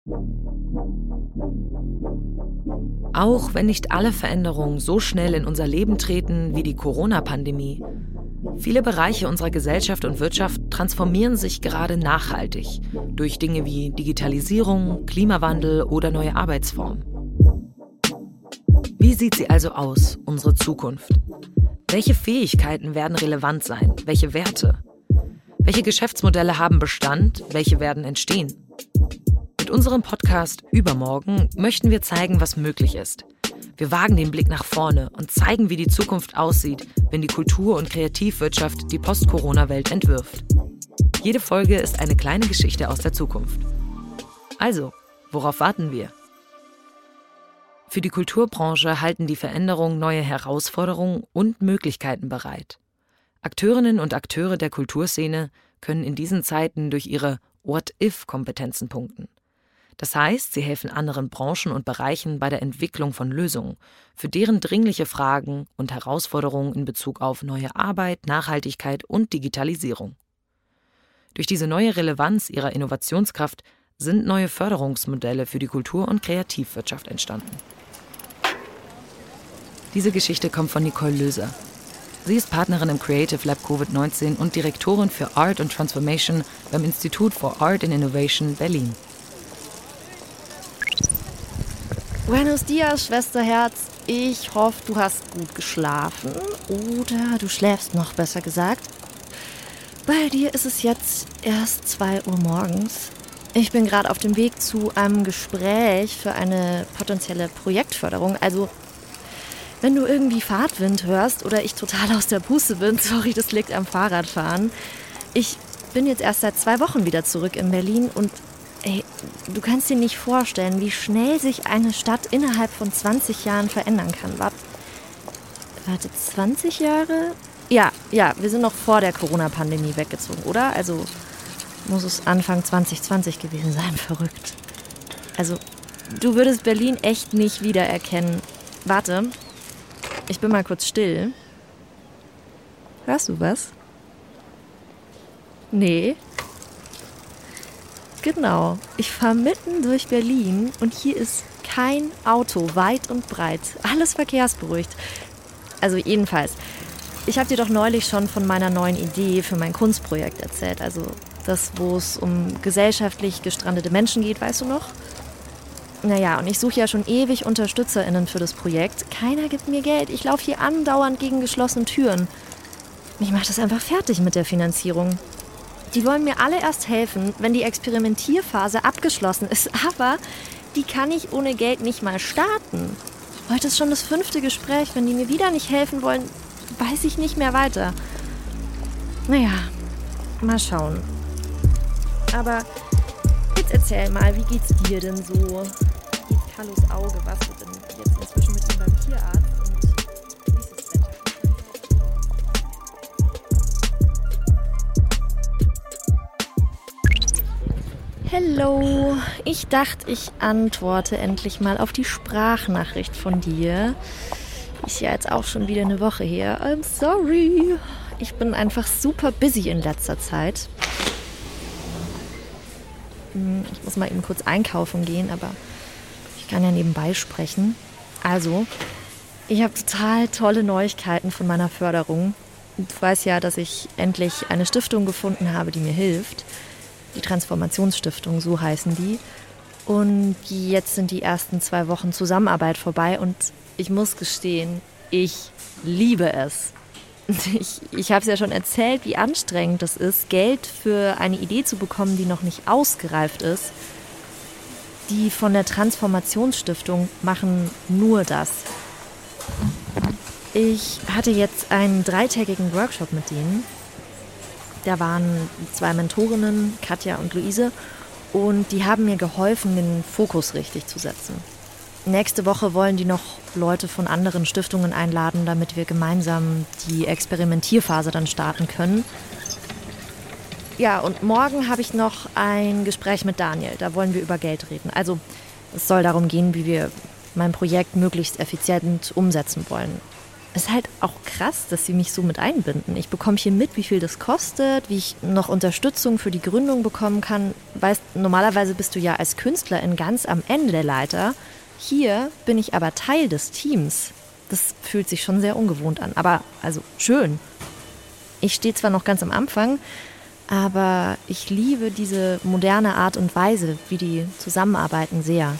Auch wenn nicht alle Veränderungen so schnell in unser Leben treten wie die Corona-Pandemie, viele Bereiche unserer Gesellschaft und Wirtschaft transformieren sich gerade nachhaltig durch Dinge wie Digitalisierung, Klimawandel oder neue Arbeitsformen. Wie sieht sie also aus, unsere Zukunft? Welche Fähigkeiten werden relevant sein? Welche Werte? Welche Geschäftsmodelle haben Bestand? Welche werden entstehen? Mit unserem Podcast Übermorgen möchten wir zeigen, was möglich ist. Wir wagen den Blick nach vorne und zeigen, wie die Zukunft aussieht, wenn die Kultur- und Kreativwirtschaft die Post-Corona-Welt entwirft. Jede Folge ist eine kleine Geschichte aus der Zukunft. Also, worauf warten wir? Für die Kulturbranche halten die Veränderungen neue Herausforderungen und Möglichkeiten bereit. Akteurinnen und Akteure der Kulturszene können in diesen Zeiten durch ihre What-if-Kompetenzen punkten. Das heißt, sie helfen anderen Branchen und Bereichen bei der Entwicklung von Lösungen für deren dringliche Fragen und Herausforderungen in Bezug auf neue Arbeit, Nachhaltigkeit und Digitalisierung. Durch diese neue Relevanz ihrer Innovationskraft sind neue Förderungsmodelle für die Kultur- und Kreativwirtschaft entstanden. Diese Geschichte kommt von Nicole Löser. Sie ist Partnerin im Creative Lab Covid-19 und Direktorin für Art und Transformation beim Institut for Art and Innovation Berlin. Buenos dias, Schwesterherz. Ich hoffe, du hast gut geschlafen. Oder du schläfst noch, besser gesagt. Bei dir ist es jetzt erst 2 Uhr morgens. Ich bin gerade auf dem Weg zu einem Gespräch für eine potenzielle Projektförderung. Also, wenn du irgendwie Fahrtwind hörst oder ich total aus der Puste bin, sorry, das liegt am Fahrradfahren. Ich bin jetzt erst seit 2 Wochen wieder zurück in Berlin und ey, du kannst dir nicht vorstellen, wie schnell sich eine Stadt innerhalb von 20 Jahren verändern kann. Warte, 20 Jahre? Ja, wir sind noch vor der Corona-Pandemie weggezogen, oder? Also muss es Anfang 2020 gewesen sein, verrückt. Also, du würdest Berlin echt nicht wiedererkennen. Warte, ich bin mal kurz still. Hörst du was? Nee. Genau, ich fahre mitten durch Berlin und hier ist kein Auto, weit und breit. Alles verkehrsberuhigt. Also jedenfalls, ich habe dir doch neulich schon von meiner neuen Idee für mein Kunstprojekt erzählt. Also das, wo es um gesellschaftlich gestrandete Menschen geht, weißt du noch? Naja, und ich suche ja schon ewig UnterstützerInnen für das Projekt. Keiner gibt mir Geld. Ich laufe hier andauernd gegen geschlossene Türen. Mich macht das einfach fertig mit der Finanzierung. Die wollen mir alle erst helfen, wenn die Experimentierphase abgeschlossen ist. Aber die kann ich ohne Geld nicht mal starten. Heute ist schon das 5. Gespräch. Wenn die mir wieder nicht helfen wollen, weiß ich nicht mehr weiter. Naja, mal schauen. Aber jetzt erzähl mal, wie geht's dir denn so? Wie geht Carlos Auge? Warst du denn jetzt inzwischen mit ihm beim Tierarzt? Und wie ist das Wetter? Hello, ich dachte, ich antworte endlich mal auf die Sprachnachricht von dir. Ist ja jetzt auch schon wieder eine Woche her. I'm sorry. Ich bin einfach super busy in letzter Zeit. Ich muss mal eben kurz einkaufen gehen, aber ich kann ja nebenbei sprechen. Also, ich habe total tolle Neuigkeiten von meiner Förderung. Du weißt ja, dass ich endlich eine Stiftung gefunden habe, die mir hilft. Die Transformationsstiftung, so heißen die. Und jetzt sind die ersten 2 Wochen Zusammenarbeit vorbei und ich muss gestehen, ich liebe es. Ich habe es ja schon erzählt, wie anstrengend es ist, Geld für eine Idee zu bekommen, die noch nicht ausgereift ist. Die von der Transformationsstiftung machen nur das. Ich hatte jetzt einen 3-tägigen Workshop mit denen. Da waren 2 Mentorinnen, Katja und Luise, und die haben mir geholfen, den Fokus richtig zu setzen. Nächste Woche wollen die noch Leute von anderen Stiftungen einladen, damit wir gemeinsam die Experimentierphase dann starten können. Ja, und morgen habe ich noch ein Gespräch mit Daniel. Da wollen wir über Geld reden. Also es soll darum gehen, wie wir mein Projekt möglichst effizient umsetzen wollen. Es ist halt auch krass, dass sie mich so mit einbinden. Ich bekomme hier mit, wie viel das kostet, wie ich noch Unterstützung für die Gründung bekommen kann. Weißt, normalerweise bist du ja als Künstlerin ganz am Ende der Leiter. Hier bin ich aber Teil des Teams. Das fühlt sich schon sehr ungewohnt an, aber also schön. Ich stehe zwar noch ganz am Anfang, aber ich liebe diese moderne Art und Weise, wie die zusammenarbeiten, sehr.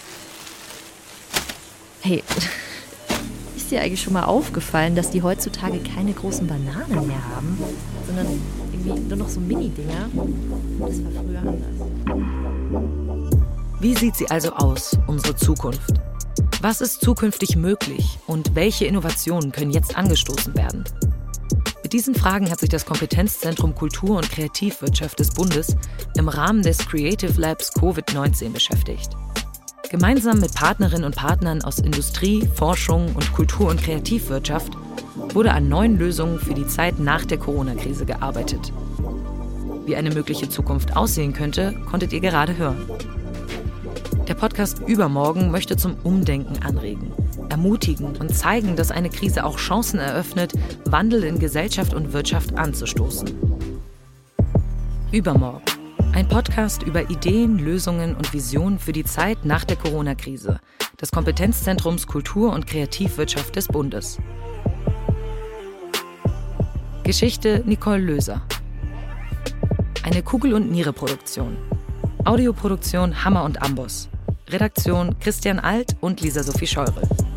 Hey, ist dir eigentlich schon mal aufgefallen, dass die heutzutage keine großen Bananen mehr haben, sondern irgendwie nur noch so Mini-Dinger? Das war früher anders. Wie sieht sie also aus, unsere Zukunft? Was ist zukünftig möglich und welche Innovationen können jetzt angestoßen werden? Mit diesen Fragen hat sich das Kompetenzzentrum Kultur- und Kreativwirtschaft des Bundes im Rahmen des Creative Labs Covid-19 beschäftigt. Gemeinsam mit Partnerinnen und Partnern aus Industrie, Forschung und Kultur- und Kreativwirtschaft wurde an neuen Lösungen für die Zeit nach der Corona-Krise gearbeitet. Wie eine mögliche Zukunft aussehen könnte, konntet ihr gerade hören. Der Podcast Übermorgen möchte zum Umdenken anregen, ermutigen und zeigen, dass eine Krise auch Chancen eröffnet, Wandel in Gesellschaft und Wirtschaft anzustoßen. Übermorgen. Ein Podcast über Ideen, Lösungen und Visionen für die Zeit nach der Corona-Krise des Kompetenzzentrums Kultur- und Kreativwirtschaft des Bundes. Geschichte Nicole Löser. Eine Kugel- und Niere-Produktion. Audioproduktion Hammer und Amboss. Redaktion Christian Alt und Lisa Sophie Scheurel.